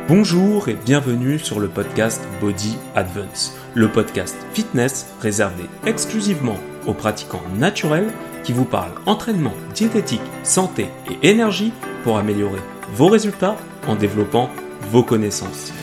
Bonjour et bienvenue sur le podcast Body Advance, le podcast fitness réservé exclusivement aux pratiquants naturels qui vous parlent entraînement, diététique, santé et énergie pour améliorer vos résultats en développant vos connaissances.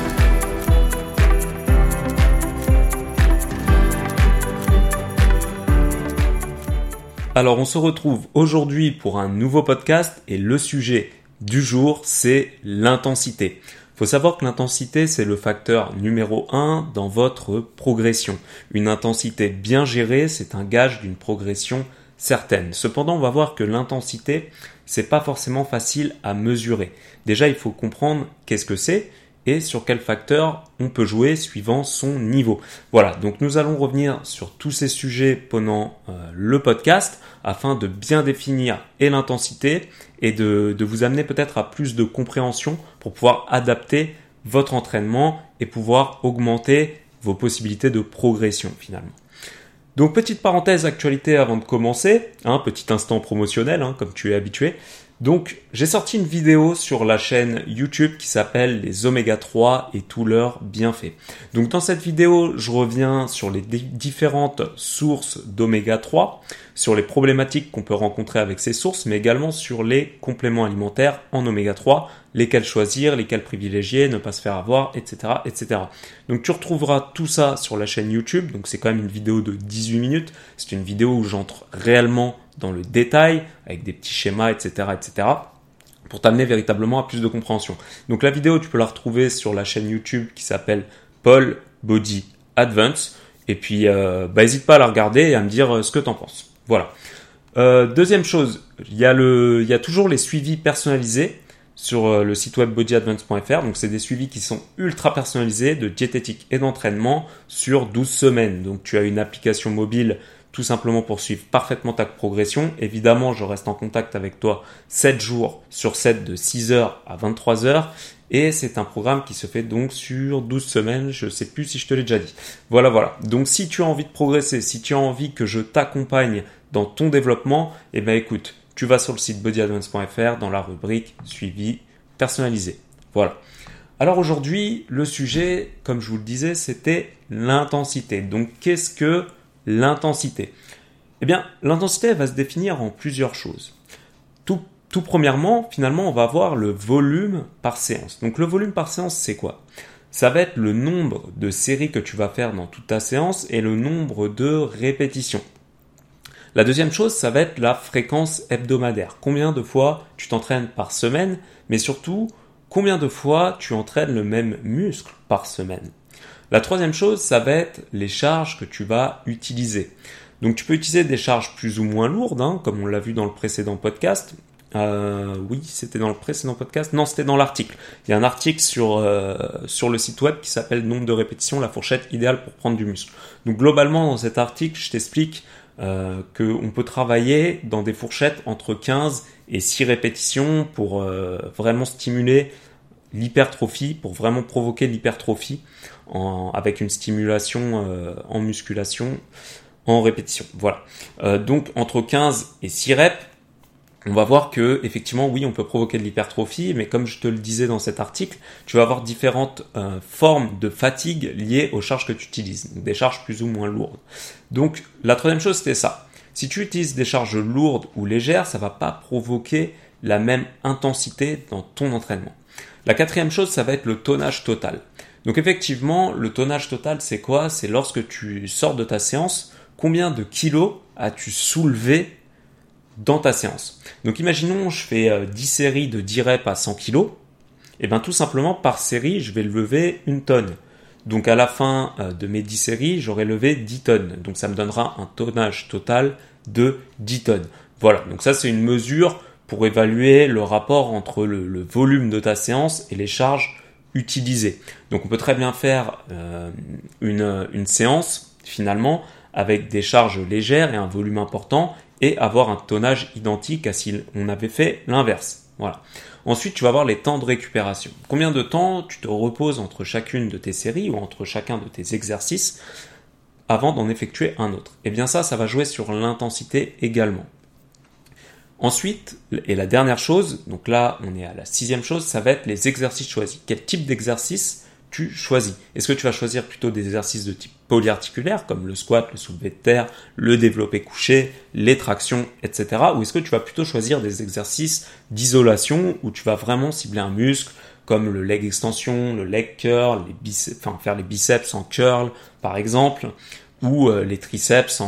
Alors on se retrouve aujourd'hui pour un nouveau podcast et le sujet du jour c'est l'intensité. Il faut savoir que l'intensité, c'est le facteur numéro 1 dans votre progression. Une intensité bien gérée, c'est un gage d'une progression certaine. Cependant, on va voir que l'intensité, c'est pas forcément facile à mesurer. Déjà, il faut comprendre qu'est-ce que c'est et sur quel facteur on peut jouer suivant son niveau. Voilà, donc nous allons revenir sur tous ces sujets pendant le podcast afin de bien définir et l'intensité et de vous amener peut-être à plus de compréhension pour pouvoir adapter votre entraînement et pouvoir augmenter vos possibilités de progression finalement. Donc petite parenthèse actualité avant de commencer, petit instant promotionnel comme tu es habitué. Donc j'ai sorti une vidéo sur la chaîne YouTube qui s'appelle les Oméga 3 et tous leurs bienfaits. Donc dans cette vidéo, je reviens sur les différentes sources d'Oméga 3, sur les problématiques qu'on peut rencontrer avec ces sources, mais également sur les compléments alimentaires en Oméga 3, lesquels choisir, lesquels privilégier, ne pas se faire avoir, etc., etc. Donc tu retrouveras tout ça sur la chaîne YouTube, donc c'est quand même une vidéo de 18 minutes, c'est une vidéo où j'entre réellement dans le détail, avec des petits schémas, etc., etc., pour t'amener véritablement à plus de compréhension. Donc la vidéo, tu peux la retrouver sur la chaîne YouTube qui s'appelle Paul Body Advance, et puis n'hésite pas à la regarder et à me dire ce que tu en penses. Voilà. Deuxième chose, il y a toujours les suivis personnalisés sur le site web bodyadvance.fr. Donc, c'est des suivis qui sont ultra personnalisés de diététique et d'entraînement sur 12 semaines. Donc, tu as une application mobile tout simplement pour suivre parfaitement ta progression. Évidemment, je reste en contact avec toi 7 jours sur 7 de 6h à 23h. Et c'est un programme qui se fait donc sur 12 semaines. Je ne sais plus si je te l'ai déjà dit. Voilà. Donc, si tu as envie de progresser, si tu as envie que je t'accompagne dans ton développement, écoute, tu vas sur le site bodyadvance.fr dans la rubrique suivi personnalisé. Voilà. Alors aujourd'hui, le sujet, comme je vous le disais, c'était l'intensité. Donc, qu'est-ce que l'intensité ? L'intensité, elle va se définir en plusieurs choses. Tout premièrement, finalement, on va voir le volume par séance. Donc, le volume par séance, c'est quoi ? Ça va être le nombre de séries que tu vas faire dans toute ta séance et le nombre de répétitions. La deuxième chose, ça va être la fréquence hebdomadaire. Combien de fois tu t'entraînes par semaine, mais surtout, combien de fois tu entraînes le même muscle par semaine. La troisième chose, ça va être les charges que tu vas utiliser. Donc, tu peux utiliser des charges plus ou moins lourdes, comme on l'a vu dans le précédent podcast. Oui, c'était dans le précédent podcast. Non, c'était dans l'article. Il y a un article sur le site web qui s'appelle « Nombre de répétitions, la fourchette idéale pour prendre du muscle ». Donc, globalement, dans cet article, je t'explique qu'on peut travailler dans des fourchettes entre 15 et 6 répétitions pour vraiment stimuler l'hypertrophie, pour vraiment provoquer l'hypertrophie avec une stimulation en musculation en répétition. Voilà. Donc entre 15 et 6 reps, on va voir que effectivement oui, on peut provoquer de l'hypertrophie, mais comme je te le disais dans cet article, tu vas avoir différentes formes de fatigue liées aux charges que tu utilises, donc des charges plus ou moins lourdes. Donc la troisième chose, c'était ça. Si tu utilises des charges lourdes ou légères, ça va pas provoquer la même intensité dans ton entraînement. La quatrième chose, ça va être le tonnage total. Donc effectivement, le tonnage total, c'est quoi ? C'est lorsque tu sors de ta séance, combien de kilos as-tu soulevé dans ta séance. Donc imaginons, je fais 10 séries de 10 reps à 100 kg. Et bien tout simplement, par série, je vais lever 1 tonne. Donc à la fin de mes 10 séries, j'aurai levé 10 tonnes. Donc ça me donnera un tonnage total de 10 tonnes. Voilà, donc ça c'est une mesure pour évaluer le rapport entre le volume de ta séance et les charges utilisées. Donc on peut très bien faire une séance finalement avec des charges légères et un volume important et avoir un tonnage identique à si on avait fait l'inverse. Voilà. Ensuite, tu vas voir les temps de récupération. Combien de temps tu te reposes entre chacune de tes séries ou entre chacun de tes exercices avant d'en effectuer un autre. Et bien ça va jouer sur l'intensité également. Ensuite, et la dernière chose, donc là on est à la 6e chose, ça va être les exercices choisis. Quel type d'exercice tu choisis? Est-ce que tu vas choisir plutôt des exercices de type polyarticulaire, comme le squat, le soulevé de terre, le développé couché, les tractions, etc. Ou est-ce que tu vas plutôt choisir des exercices d'isolation où tu vas vraiment cibler un muscle, comme le leg extension, le leg curl, faire les biceps en curl par exemple, ou les triceps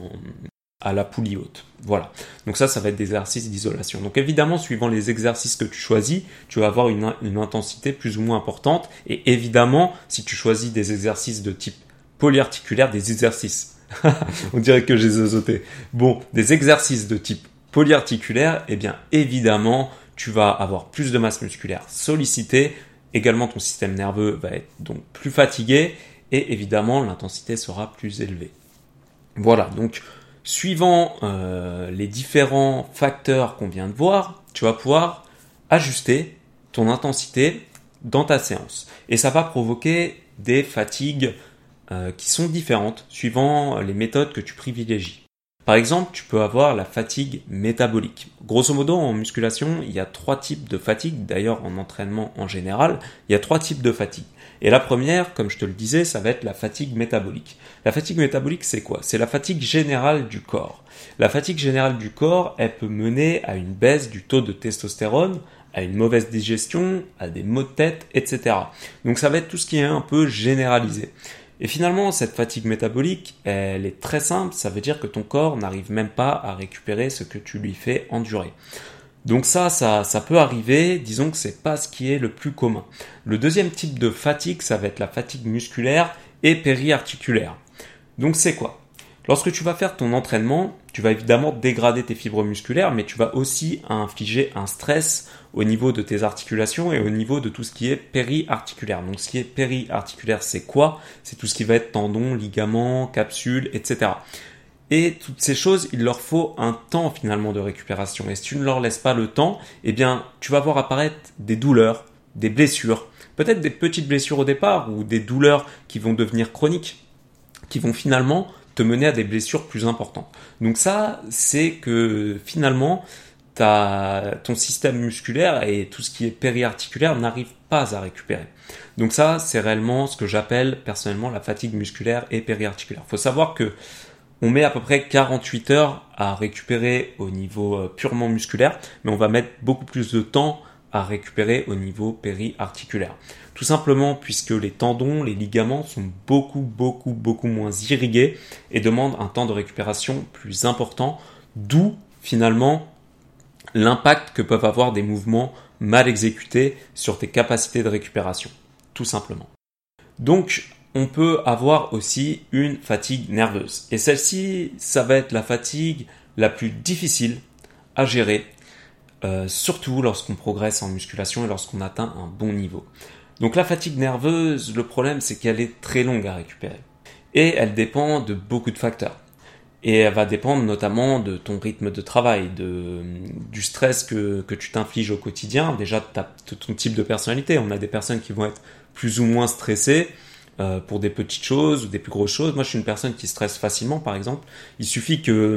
à la poulie haute. Voilà. Donc ça va être des exercices d'isolation. Donc évidemment, suivant les exercices que tu choisis, tu vas avoir une intensité plus ou moins importante. Et évidemment, si tu choisis des exercices de type polyarticulaire, des exercices, on dirait que j'ai zozoté. Bon, des exercices de type polyarticulaire, eh bien évidemment, tu vas avoir plus de masse musculaire sollicitée. Également, ton système nerveux va être donc plus fatigué et évidemment, l'intensité sera plus élevée. Voilà, donc suivant les différents facteurs qu'on vient de voir, tu vas pouvoir ajuster ton intensité dans ta séance. Et ça va provoquer des fatigues qui sont différentes suivant les méthodes que tu privilégies. Par exemple, tu peux avoir la fatigue métabolique. Grosso modo, en musculation, il y a 3 types de fatigue. D'ailleurs, en entraînement en général, il y a 3 types de fatigue. Et la première, comme je te le disais, ça va être la fatigue métabolique. La fatigue métabolique, c'est quoi? C'est la fatigue générale du corps. La fatigue générale du corps, elle peut mener à une baisse du taux de testostérone, à une mauvaise digestion, à des maux de tête, etc. Donc ça va être tout ce qui est un peu généralisé. Et finalement, cette fatigue métabolique, elle est très simple, ça veut dire que ton corps n'arrive même pas à récupérer ce que tu lui fais endurer. Donc ça peut arriver, disons que c'est pas ce qui est le plus commun. Le deuxième type de fatigue, ça va être la fatigue musculaire et périarticulaire. Donc c'est quoi? Lorsque tu vas faire ton entraînement, tu vas évidemment dégrader tes fibres musculaires, mais tu vas aussi infliger un stress au niveau de tes articulations et au niveau de tout ce qui est périarticulaire. Donc ce qui est périarticulaire, c'est quoi? C'est tout ce qui va être tendons, ligaments, capsules, etc. Et toutes ces choses, il leur faut un temps finalement de récupération. Et si tu ne leur laisses pas le temps, eh bien, tu vas voir apparaître des douleurs, des blessures, peut-être des petites blessures au départ ou des douleurs qui vont devenir chroniques, qui vont finalement te mener à des blessures plus importantes. Donc ça, c'est que finalement, ton système musculaire et tout ce qui est périarticulaire n'arrive pas à récupérer. Donc ça, c'est réellement ce que j'appelle personnellement la fatigue musculaire et périarticulaire. Il faut savoir que on met à peu près 48 heures à récupérer au niveau purement musculaire, mais on va mettre beaucoup plus de temps à récupérer au niveau périarticulaire. Tout simplement puisque les tendons, les ligaments sont beaucoup moins irrigués et demandent un temps de récupération plus important, d'où finalement l'impact que peuvent avoir des mouvements mal exécutés sur tes capacités de récupération, tout simplement. Donc, on peut avoir aussi une fatigue nerveuse. Et celle-ci, ça va être la fatigue la plus difficile à gérer, surtout lorsqu'on progresse en musculation et lorsqu'on atteint un bon niveau. Donc la fatigue nerveuse, le problème c'est qu'elle est très longue à récupérer. Et elle dépend de beaucoup de facteurs. Et elle va dépendre notamment de ton rythme de travail, du stress que tu t'infliges au quotidien, déjà de ton type de personnalité. On a des personnes qui vont être plus ou moins stressées pour des petites choses ou des plus grosses choses. Moi, je suis une personne qui stresse facilement, par exemple. Il suffit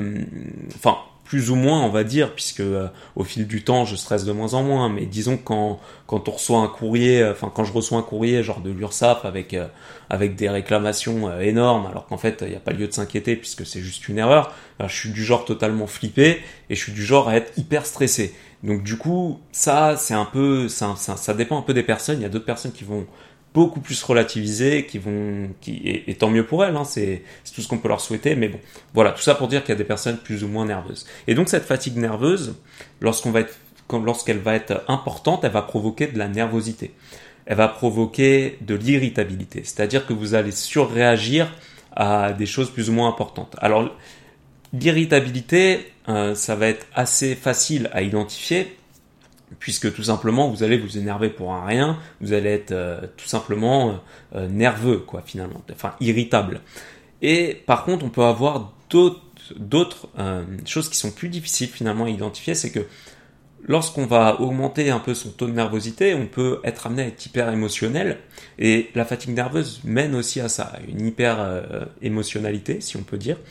plus ou moins, on va dire, puisque au fil du temps, je stresse de moins en moins. Mais disons que quand on reçoit un courrier, quand je reçois un courrier genre de l'URSSAF avec des réclamations énormes, alors qu'en fait, il n'y a pas lieu de s'inquiéter puisque c'est juste une erreur. Alors, je suis du genre totalement flippé et je suis du genre à être hyper stressé. Donc du coup, ça dépend un peu des personnes. Il y a d'autres personnes qui vont beaucoup plus relativisées, et tant mieux pour elles, hein, c'est tout ce qu'on peut leur souhaiter, mais bon, voilà, tout ça pour dire qu'il y a des personnes plus ou moins nerveuses. Et donc cette fatigue nerveuse, lorsqu'elle va être importante, elle va provoquer de la nervosité, elle va provoquer de l'irritabilité, c'est-à-dire que vous allez surréagir à des choses plus ou moins importantes. Alors l'irritabilité, ça va être assez facile à identifier, puisque tout simplement vous allez vous énerver pour un rien, vous allez être tout simplement nerveux, quoi, finalement, enfin irritable. Et par contre, on peut avoir d'autres choses qui sont plus difficiles finalement à identifier, c'est que lorsqu'on va augmenter un peu son taux de nervosité, on peut être amené à être hyper émotionnel, et la fatigue nerveuse mène aussi à ça, à une hyper émotionnalité, si on peut dire.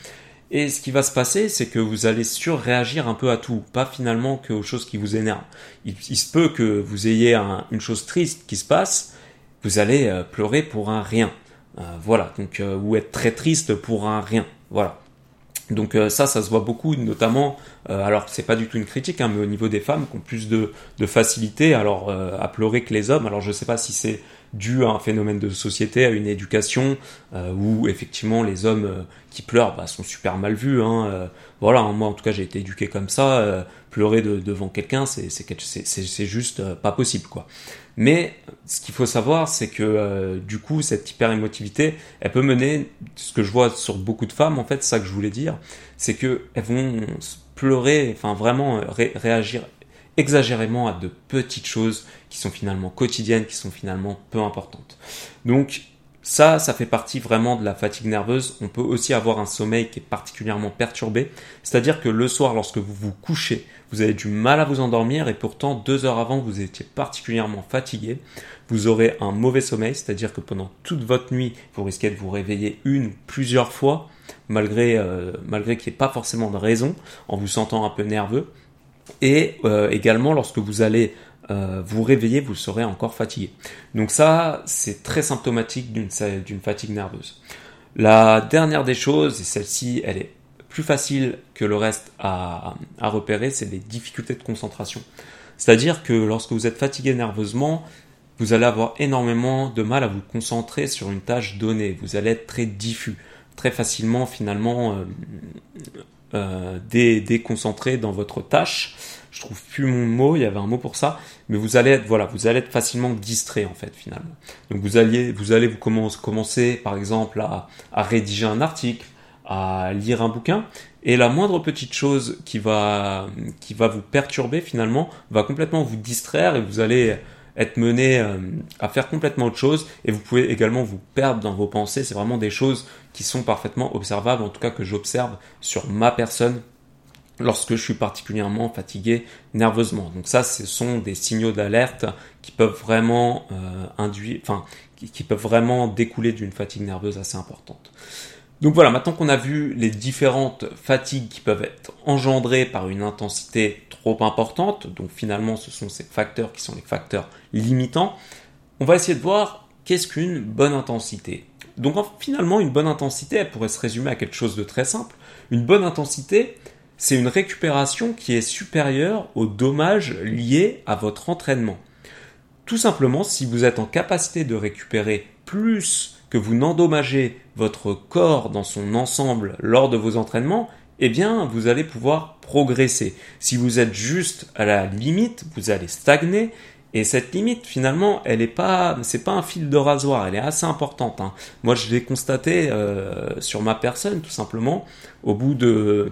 Et ce qui va se passer, c'est que vous allez surréagir un peu à tout, pas finalement qu'aux choses qui vous énervent. Il se peut que vous ayez une chose triste qui se passe, vous allez pleurer pour un rien. Voilà, donc ou être très triste pour un rien. Voilà. Donc ça se voit beaucoup, notamment, alors c'est pas du tout une critique, hein, mais au niveau des femmes qui ont plus de facilité alors à pleurer que les hommes. Alors je sais pas si c'est dû à un phénomène de société, à une éducation, où effectivement les hommes qui pleurent sont super mal vus. Hein, voilà, hein, moi en tout cas j'ai été éduqué comme ça. Pleurer devant quelqu'un, c'est juste pas possible, quoi. Mais ce qu'il faut savoir, c'est que du coup, cette hyper-émotivité, elle peut mener, ce que je vois sur beaucoup de femmes, en fait, c'est ça que je voulais dire, c'est qu'elles vont pleurer, enfin vraiment réagir exagérément à de petites choses qui sont finalement quotidiennes, qui sont finalement peu importantes. Donc ça fait partie vraiment de la fatigue nerveuse. On peut aussi avoir un sommeil qui est particulièrement perturbé, c'est-à-dire que le soir, lorsque vous vous couchez, vous avez du mal à vous endormir et pourtant 2 heures avant, vous étiez particulièrement fatigué. Vous aurez un mauvais sommeil, c'est-à-dire que pendant toute votre nuit, vous risquez de vous réveiller une ou plusieurs fois, malgré qu'il n'y ait pas forcément de raison, en vous sentant un peu nerveux. Et également, lorsque vous allez vous réveiller, vous serez encore fatigué. Donc ça, c'est très symptomatique d'une fatigue nerveuse. La dernière des choses, et celle-ci, elle est plus facile que le reste à repérer, c'est les difficultés de concentration. C'est-à-dire que lorsque vous êtes fatigué nerveusement, vous allez avoir énormément de mal à vous concentrer sur une tâche donnée. Vous allez être très diffus, très facilement finalement déconcentré dans votre tâche. Je trouve plus mon mot, il y avait un mot pour ça, mais vous allez être facilement distrait en fait finalement. Donc vous allez commencer par exemple à rédiger un article, à lire un bouquin, et la moindre petite chose qui va vous perturber finalement va complètement vous distraire et vous allez être mené à faire complètement autre chose, et vous pouvez également vous perdre dans vos pensées. C'est vraiment des choses qui sont parfaitement observables, en tout cas que j'observe sur ma personne lorsque je suis particulièrement fatigué nerveusement. Donc ça, ce sont des signaux d'alerte qui peuvent vraiment qui peuvent vraiment découler d'une fatigue nerveuse assez importante. Donc voilà, maintenant qu'on a vu les différentes fatigues qui peuvent être engendrées par une intensité trop importante, donc finalement ce sont ces facteurs qui sont les facteurs limitants, on va essayer de voir qu'est-ce qu'une bonne intensité. Donc finalement, une bonne intensité, elle pourrait se résumer à quelque chose de très simple. Une bonne intensité, c'est une récupération qui est supérieure aux dommages liés à votre entraînement. Tout simplement, si vous êtes en capacité de récupérer plus que vous n'endommagez votre corps dans son ensemble lors de vos entraînements, eh bien, vous allez pouvoir progresser. Si vous êtes juste à la limite, vous allez stagner. Et cette limite, finalement, c'est pas un fil de rasoir, elle est assez importante. Hein. Moi, je l'ai constaté sur ma personne, tout simplement. Au bout de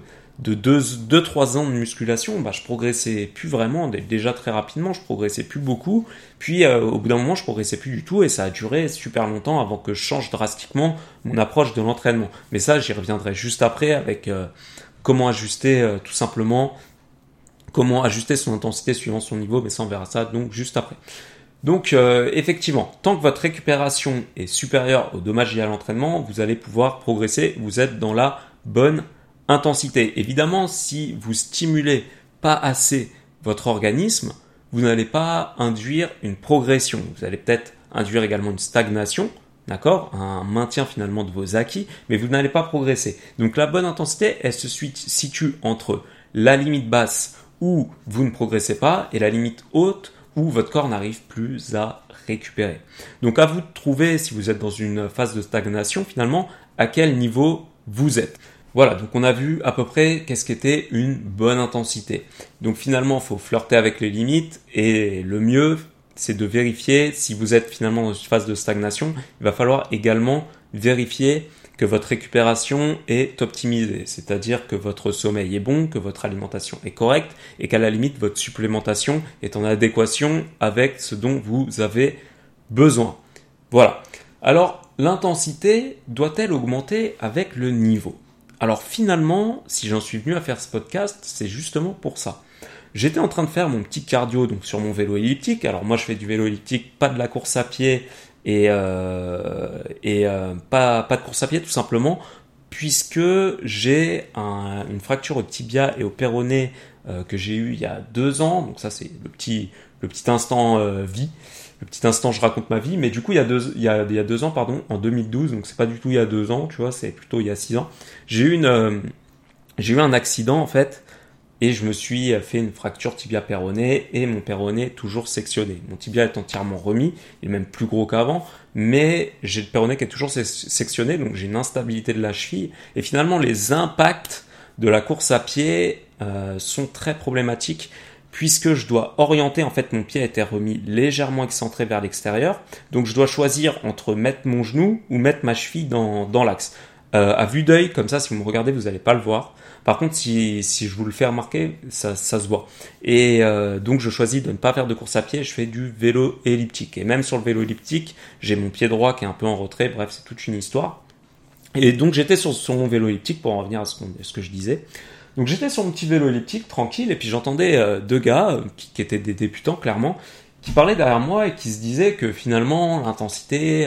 2-3 ans de musculation, je progressais plus vraiment, déjà très rapidement, je progressais plus beaucoup, puis au bout d'un moment je progressais plus du tout, et ça a duré super longtemps avant que je change drastiquement mon approche de l'entraînement. Mais ça, j'y reviendrai juste après avec comment ajuster tout simplement, comment ajuster son intensité suivant son niveau, mais ça on verra ça donc juste après. Donc effectivement, tant que votre récupération est supérieure aux dommages liés à l'entraînement, vous allez pouvoir progresser, vous êtes dans la bonne intensité. Évidemment, si vous stimulez pas assez votre organisme, vous n'allez pas induire une progression. Vous allez peut-être induire également une stagnation, d'accord, un maintien finalement de vos acquis, mais vous n'allez pas progresser. Donc la bonne intensité, elle se situe entre la limite basse où vous ne progressez pas et la limite haute où votre corps n'arrive plus à récupérer. Donc à vous de trouver, si vous êtes dans une phase de stagnation finalement, à quel niveau vous êtes. Voilà, donc on a vu à peu près qu'est-ce qu'était une bonne intensité. Donc finalement, il faut flirter avec les limites, et le mieux, c'est de vérifier si vous êtes finalement dans une phase de stagnation. Il va falloir également vérifier que votre récupération est optimisée, c'est-à-dire que votre sommeil est bon, que votre alimentation est correcte, et qu'à la limite, votre supplémentation est en adéquation avec ce dont vous avez besoin. Voilà. Alors, l'intensité doit-elle augmenter avec le niveau ? Alors finalement, si j'en suis venu à faire ce podcast, c'est justement pour ça. J'étais en train de faire mon petit cardio donc sur mon vélo elliptique. Alors moi je fais du vélo elliptique, pas de la course à pied et pas de course à pied tout simplement, puisque j'ai une fracture au tibia et au péroné que j'ai eu il y a 2 ans. Donc ça, c'est le petit instant vie. Le petit instant, je raconte ma vie. Mais du coup, il y a 2 ans, pardon, en 2012. Donc c'est pas du tout il y a 2 ans, tu vois, c'est plutôt il y a 6 ans. J'ai eu un accident, en fait. Et je me suis fait une fracture tibia-péroné et mon péroné toujours sectionné. Mon tibia est entièrement remis, il est même plus gros qu'avant, mais j'ai le péroné qui est toujours sectionné, donc j'ai une instabilité de la cheville. Et finalement, les impacts de la course à pied sont très problématiques puisque je dois orienter, en fait mon pied a été remis légèrement excentré vers l'extérieur, donc je dois choisir entre mettre mon genou ou mettre ma cheville dans l'axe. À vue d'œil, comme ça, si vous me regardez, vous n'allez pas le voir. Par contre, si je vous le fais remarquer, ça se voit. Et donc, je choisis de ne pas faire de course à pied, je fais du vélo elliptique. Et même sur le vélo elliptique, j'ai mon pied droit qui est un peu en retrait, bref, c'est toute une histoire. Et donc, j'étais sur mon vélo elliptique, pour en revenir à ce que je disais. Donc, j'étais sur mon petit vélo elliptique, tranquille, et puis j'entendais 2 gars, qui étaient des débutants, clairement, qui parlaient derrière moi et qui se disaient que finalement, l'intensité,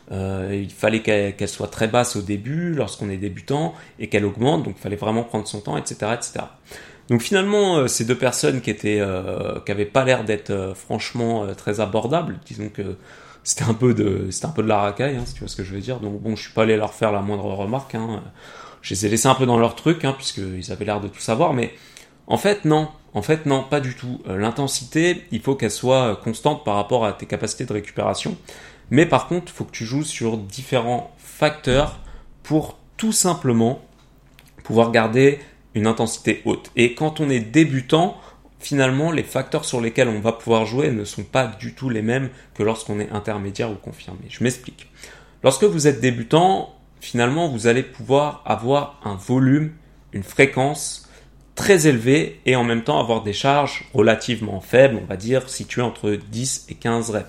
il fallait qu'elle soit très basse au début, lorsqu'on est débutant, et qu'elle augmente, donc il fallait vraiment prendre son temps, etc., etc. Donc finalement, ces 2 personnes qui avaient pas l'air d'être franchement très abordables, disons que c'était un peu de la racaille, hein, si tu vois ce que je veux dire. Donc bon, je suis pas allé leur faire la moindre remarque, hein. Je les ai laissés un peu dans leur truc, hein, puisqu'ils avaient l'air de tout savoir, mais en fait non, pas du tout. L'intensité, il faut qu'elle soit constante par rapport à tes capacités de récupération. Mais par contre, il faut que tu joues sur différents facteurs pour tout simplement pouvoir garder une intensité haute. Et quand on est débutant, finalement, les facteurs sur lesquels on va pouvoir jouer ne sont pas du tout les mêmes que lorsqu'on est intermédiaire ou confirmé. Je m'explique. Lorsque vous êtes débutant, finalement, vous allez pouvoir avoir un volume, une fréquence très élevée et en même temps avoir des charges relativement faibles, on va dire situées entre 10 et 15 reps.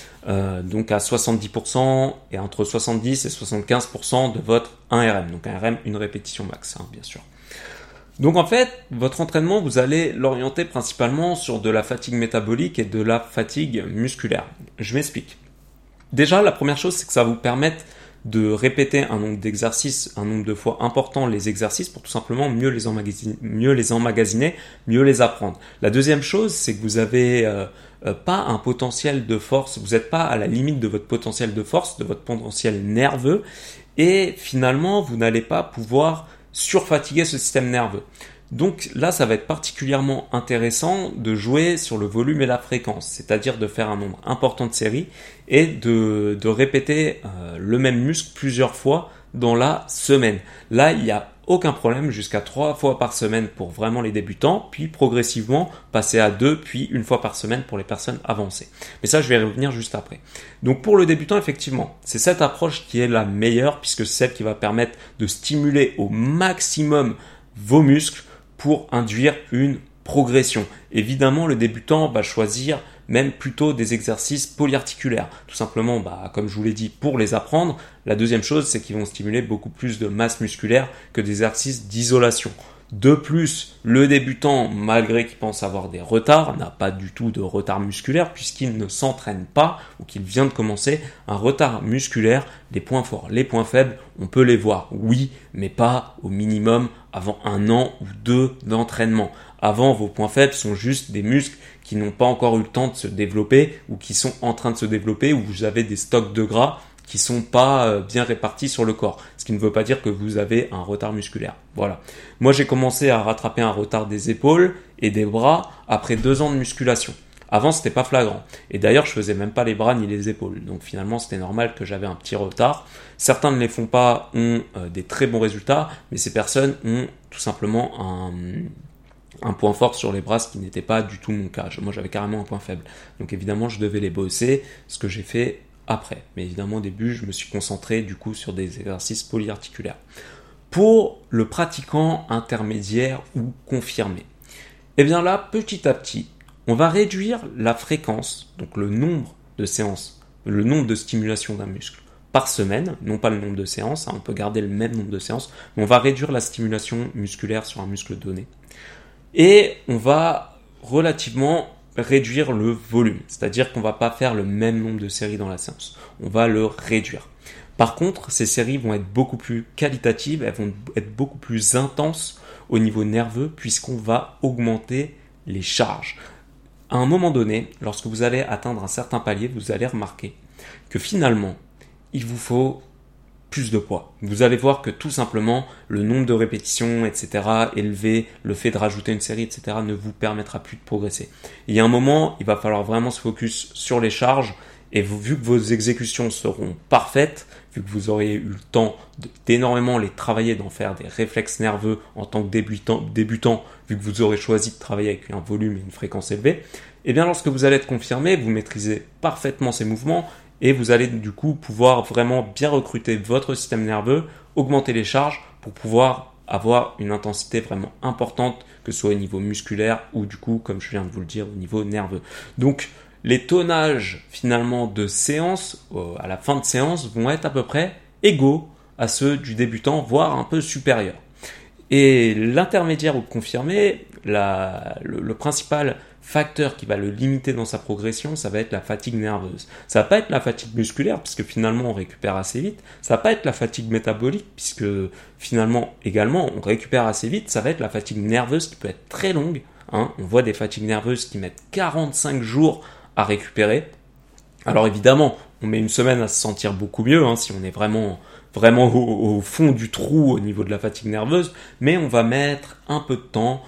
Donc à 70% et entre 70 et 75% de votre 1RM. Donc 1RM, une répétition max, hein, bien sûr. Donc en fait, votre entraînement, vous allez l'orienter principalement sur de la fatigue métabolique et de la fatigue musculaire. Je m'explique. Déjà, la première chose, c'est que ça va vous permettre de répéter un nombre d'exercices, un nombre de fois important les exercices pour tout simplement mieux les emmagasiner, mieux les apprendre. La deuxième chose, c'est que vous avez pas un potentiel de force, vous n'êtes pas à la limite de votre potentiel de force, de votre potentiel nerveux, et finalement, vous n'allez pas pouvoir surfatiguer ce système nerveux. Donc là, ça va être particulièrement intéressant de jouer sur le volume et la fréquence, c'est-à-dire de faire un nombre important de séries et de répéter le même muscle plusieurs fois dans la semaine. Là, il n'y a aucun problème, jusqu'à 3 fois par semaine pour vraiment les débutants, puis progressivement passer à 2, puis 1 fois par semaine pour les personnes avancées. Mais ça, je vais y revenir juste après. Donc pour le débutant, effectivement, c'est cette approche qui est la meilleure, puisque c'est celle qui va permettre de stimuler au maximum vos muscles pour induire une progression. Évidemment, le débutant va choisir même plutôt des exercices polyarticulaires. Tout simplement, comme je vous l'ai dit, pour les apprendre. La deuxième chose, c'est qu'ils vont stimuler beaucoup plus de masse musculaire que des exercices d'isolation. De plus, le débutant, malgré qu'il pense avoir des retards, n'a pas du tout de retard musculaire puisqu'il ne s'entraîne pas ou qu'il vient de commencer. Un retard musculaire, les points forts, les points faibles, on peut les voir, oui, mais pas au minimum avant 1 an ou 2 d'entraînement. Avant, vos points faibles sont juste des muscles qui n'ont pas encore eu le temps de se développer ou qui sont en train de se développer, où vous avez des stocks de gras qui sont pas bien répartis sur le corps. Ce qui ne veut pas dire que vous avez un retard musculaire. Voilà. Moi, j'ai commencé à rattraper un retard des épaules et des bras après 2 ans de musculation. Avant, c'était pas flagrant. Et d'ailleurs, je faisais même pas les bras ni les épaules. Donc finalement, c'était normal que j'avais un petit retard. Certains ne les font pas, ont des très bons résultats, mais ces personnes ont tout simplement un point fort sur les bras, ce qui n'était pas du tout mon cas. Moi, j'avais carrément un point faible. Donc évidemment, je devais les bosser, ce que j'ai fait après. Mais évidemment, au début, je me suis concentré du coup sur des exercices polyarticulaires. Pour le pratiquant intermédiaire ou confirmé, eh bien là, petit à petit, on va réduire la fréquence, donc le nombre de séances, le nombre de stimulations d'un muscle par semaine, non pas le nombre de séances, on peut garder le même nombre de séances, mais on va réduire la stimulation musculaire sur un muscle donné. Et on va relativement réduire le volume, c'est-à-dire qu'on ne va pas faire le même nombre de séries dans la séance, on va le réduire. Par contre, ces séries vont être beaucoup plus qualitatives, elles vont être beaucoup plus intenses au niveau nerveux puisqu'on va augmenter les charges. À un moment donné, lorsque vous allez atteindre un certain palier, vous allez remarquer que finalement, il vous faut plus de poids. Vous allez voir que tout simplement, le nombre de répétitions, etc., élevé, le fait de rajouter une série, etc., ne vous permettra plus de progresser. Il y a un moment, il va falloir vraiment se focus sur les charges et vu que vos exécutions seront parfaites, vu que vous aurez eu le temps d'énormément les travailler, d'en faire des réflexes nerveux en tant que débutant, vu que vous aurez choisi de travailler avec un volume et une fréquence élevée, et bien lorsque vous allez être confirmé, vous maîtrisez parfaitement ces mouvements et vous allez du coup pouvoir vraiment bien recruter votre système nerveux, augmenter les charges pour pouvoir avoir une intensité vraiment importante, que ce soit au niveau musculaire ou du coup, comme je viens de vous le dire, au niveau nerveux. Donc, les tonnages finalement de séance, à la fin de séance, vont être à peu près égaux à ceux du débutant, voire un peu supérieurs. Et l'intermédiaire ou le confirmé, le principal facteur qui va le limiter dans sa progression, ça va être la fatigue nerveuse. Ça va pas être la fatigue musculaire, puisque finalement on récupère assez vite. Ça va pas être la fatigue métabolique, puisque finalement également on récupère assez vite. Ça va être la fatigue nerveuse qui peut être très longue. On voit des fatigues nerveuses qui mettent 45 jours à récupérer. Alors évidemment, on met une semaine à se sentir beaucoup mieux, si on est vraiment au fond du trou au niveau de la fatigue nerveuse, mais on va mettre un peu de temps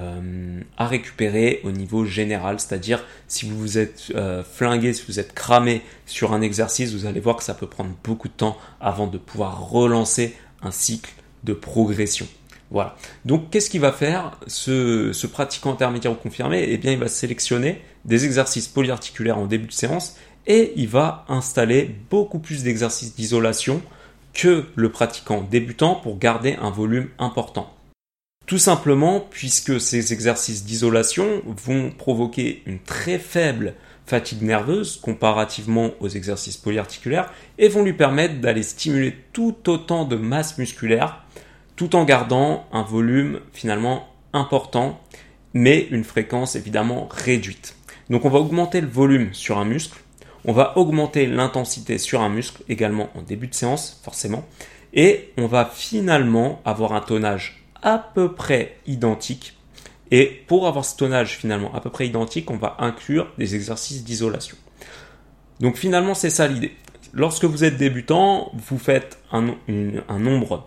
à récupérer au niveau général, c'est-à-dire si vous vous êtes flingué, si vous êtes cramé sur un exercice, vous allez voir que ça peut prendre beaucoup de temps avant de pouvoir relancer un cycle de progression. Voilà. Donc, qu'est-ce qu'il va faire ce pratiquant intermédiaire ou confirmé? Eh bien, il va sélectionner des exercices polyarticulaires en début de séance et il va installer beaucoup plus d'exercices d'isolation que le pratiquant débutant pour garder un volume important. Tout simplement puisque ces exercices d'isolation vont provoquer une très faible fatigue nerveuse comparativement aux exercices polyarticulaires et vont lui permettre d'aller stimuler tout autant de masse musculaire tout en gardant un volume finalement important, mais une fréquence évidemment réduite. Donc on va augmenter le volume sur un muscle, on va augmenter l'intensité sur un muscle également en début de séance forcément, et on va finalement avoir un tonnage à peu près identique. Et pour avoir ce tonnage finalement à peu près identique, on va inclure des exercices d'isolation. Donc finalement c'est ça l'idée. Lorsque vous êtes débutant, vous faites un nombre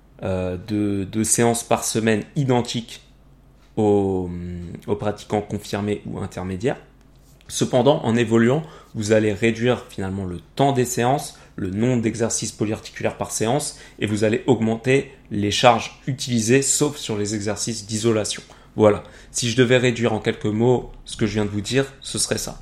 de séances par semaine identiques aux pratiquants confirmés ou intermédiaires. Cependant, en évoluant, vous allez réduire finalement le temps des séances, le nombre d'exercices polyarticulaires par séance et vous allez augmenter les charges utilisées sauf sur les exercices d'isolation. Voilà, si je devais réduire en quelques mots ce que je viens de vous dire, ce serait ça.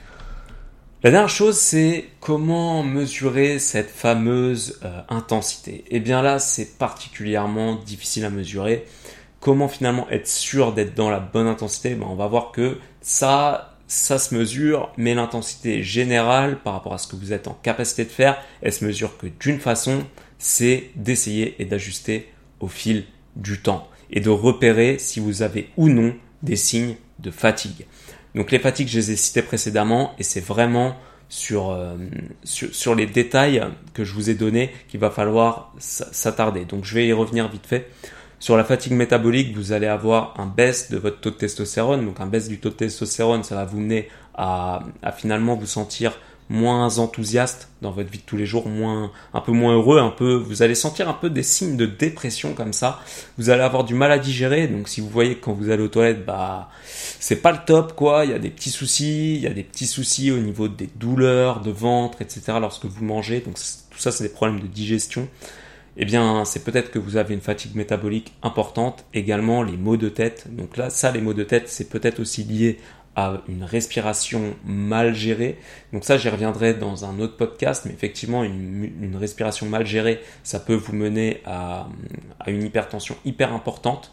La dernière chose, c'est comment mesurer cette fameuse intensité. Et bien là, c'est particulièrement difficile à mesurer. Comment finalement être sûr d'être dans la bonne intensité? On va voir que ça se mesure, mais l'intensité générale par rapport à ce que vous êtes en capacité de faire, elle se mesure que d'une façon, c'est d'essayer et d'ajuster au fil du temps et de repérer si vous avez ou non des signes de fatigue. Donc les fatigues, je les ai citées précédemment et c'est vraiment sur les détails que je vous ai donnés qu'il va falloir s'attarder. Donc je vais y revenir vite fait. Sur la fatigue métabolique, vous allez avoir un baisse de votre taux de testostérone. Donc un baisse du taux de testostérone, ça va vous mener à finalement vous sentir moins enthousiaste dans votre vie de tous les jours, un peu moins heureux, vous allez sentir un peu des signes de dépression comme ça. Vous allez avoir du mal à digérer. Donc si vous voyez que quand vous allez aux toilettes, c'est pas le top quoi. Il y a des petits soucis au niveau des douleurs de ventre, etc. lorsque vous mangez. Donc tout ça, c'est des problèmes de digestion. Eh bien, c'est peut-être que vous avez une fatigue métabolique importante. Également, les maux de tête. Donc là, les maux de tête, c'est peut-être aussi lié à une respiration mal gérée. Donc ça, j'y reviendrai dans un autre podcast, mais effectivement, une respiration mal gérée, ça peut vous mener à une hypertension hyper importante,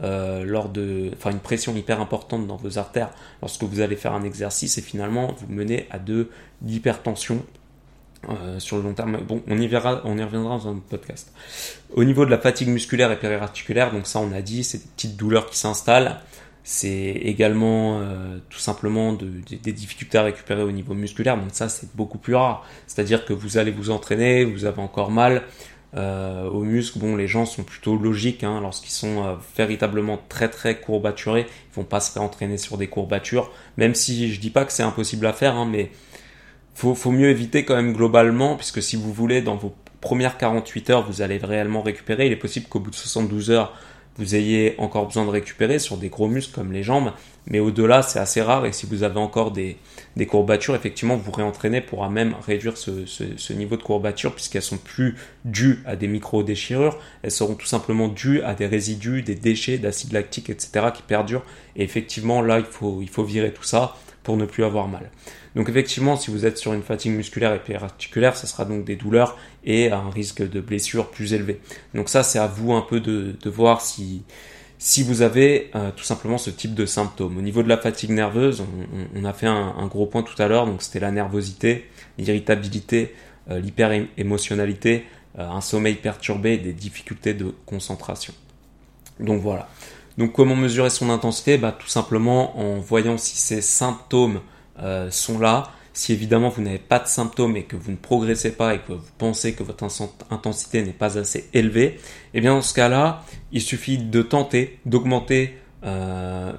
une pression hyper importante dans vos artères lorsque vous allez faire un exercice et finalement vous menez à de l'hypertension sur le long terme. Bon, on y reviendra dans un autre podcast. Au niveau de la fatigue musculaire et périarticulaire, donc ça on a dit, c'est des petites douleurs qui s'installent. c'est également tout simplement des difficultés à récupérer au niveau musculaire. Donc ça, c'est beaucoup plus rare. C'est-à-dire que vous allez vous entraîner, vous avez encore mal aux muscles. Bon, les gens sont plutôt logiques lorsqu'ils sont véritablement très très courbaturés. Ils vont pas se réentraîner sur des courbatures. Même si je dis pas que c'est impossible à faire, mais faut mieux éviter quand même globalement, puisque si vous voulez, dans vos premières 48 heures, vous allez réellement récupérer. Il est possible qu'au bout de 72 heures, vous ayez encore besoin de récupérer sur des gros muscles comme les jambes, mais au-delà, c'est assez rare. Et si vous avez encore des courbatures, effectivement, vous réentraîner pourra même réduire ce niveau de courbature, puisqu'elles sont plus dues à des micro-déchirures, elles seront tout simplement dues à des résidus, des déchets d'acide lactique, etc. qui perdurent. Et effectivement, là, il faut virer tout ça pour ne plus avoir mal. Donc effectivement, si vous êtes sur une fatigue musculaire et périarticulaire, ça sera donc des douleurs et un risque de blessure plus élevé. Donc ça, c'est à vous un peu de voir si vous avez tout simplement ce type de symptômes. Au niveau de la fatigue nerveuse, on a fait un gros point tout à l'heure, donc c'était la nervosité, l'irritabilité, l'hyperémotionnalité, un sommeil perturbé et des difficultés de concentration. Donc voilà. Donc comment mesurer son intensité ? Tout simplement en voyant si ces symptômes sont là. Si évidemment vous n'avez pas de symptômes et que vous ne progressez pas et que vous pensez que votre intensité n'est pas assez élevée, eh bien dans ce cas-là, il suffit de tenter d'augmenter un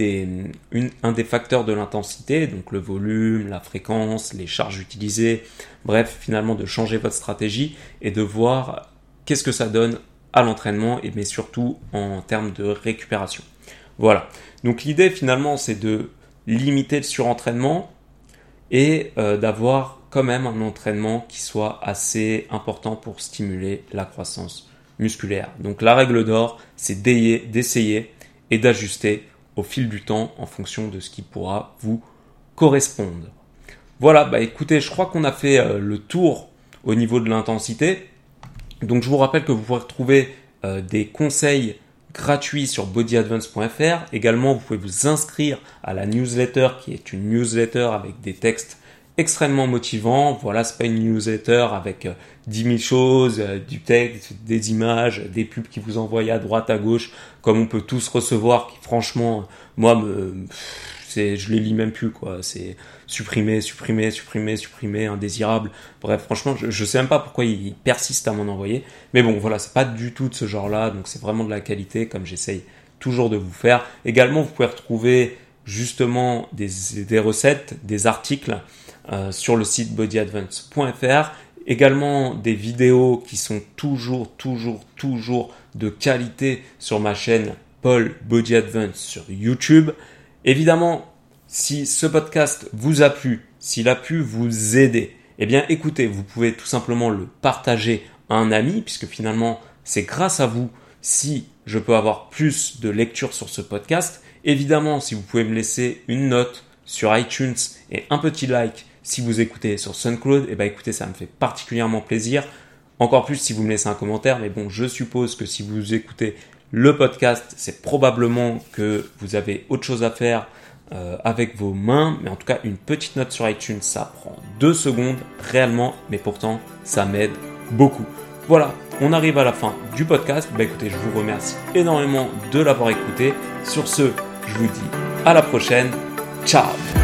des facteurs de l'intensité, donc le volume, la fréquence, les charges utilisées, bref, finalement de changer votre stratégie et de voir qu'est-ce que ça donne à l'entraînement, mais surtout en termes de récupération. Voilà. Donc l'idée finalement, c'est de limiter le surentraînement et d'avoir quand même un entraînement qui soit assez important pour stimuler la croissance musculaire. Donc la règle d'or, c'est d'essayer et d'ajuster au fil du temps en fonction de ce qui pourra vous correspondre. Voilà, écoutez, je crois qu'on a fait le tour au niveau de l'intensité. Donc je vous rappelle que vous pourrez retrouver des conseils gratuit sur bodyadvance.fr. Également, vous pouvez vous inscrire à la newsletter qui est une newsletter avec des textes extrêmement motivants. Voilà, c'est pas une newsletter avec 10 000 choses, du texte, des images, des pubs qui vous envoient à droite, à gauche, comme on peut tous recevoir, qui franchement, moi, je les lis même plus, quoi. C'est supprimer, indésirable. Bref, franchement, je sais même pas pourquoi ils persistent à m'en envoyer. Mais bon, voilà, c'est pas du tout de ce genre-là. Donc, c'est vraiment de la qualité, comme j'essaye toujours de vous faire. Également, vous pouvez retrouver justement des recettes, des articles sur le site bodyadvance.fr. Également, des vidéos qui sont toujours de qualité sur ma chaîne Paul Body Advance sur YouTube. Évidemment, si ce podcast vous a plu, s'il a pu vous aider, eh bien écoutez, vous pouvez tout simplement le partager à un ami, puisque finalement c'est grâce à vous si je peux avoir plus de lectures sur ce podcast. Évidemment, si vous pouvez me laisser une note sur iTunes et un petit like si vous écoutez sur SoundCloud, eh bien écoutez, ça me fait particulièrement plaisir. Encore plus si vous me laissez un commentaire, mais bon, je suppose que si vous écoutez le podcast, c'est probablement que vous avez autre chose à faire avec vos mains. Mais en tout cas, une petite note sur iTunes, ça prend 2 secondes réellement, mais pourtant, ça m'aide beaucoup. Voilà, on arrive à la fin du podcast. Écoutez, je vous remercie énormément de l'avoir écouté. Sur ce, je vous dis à la prochaine. Ciao!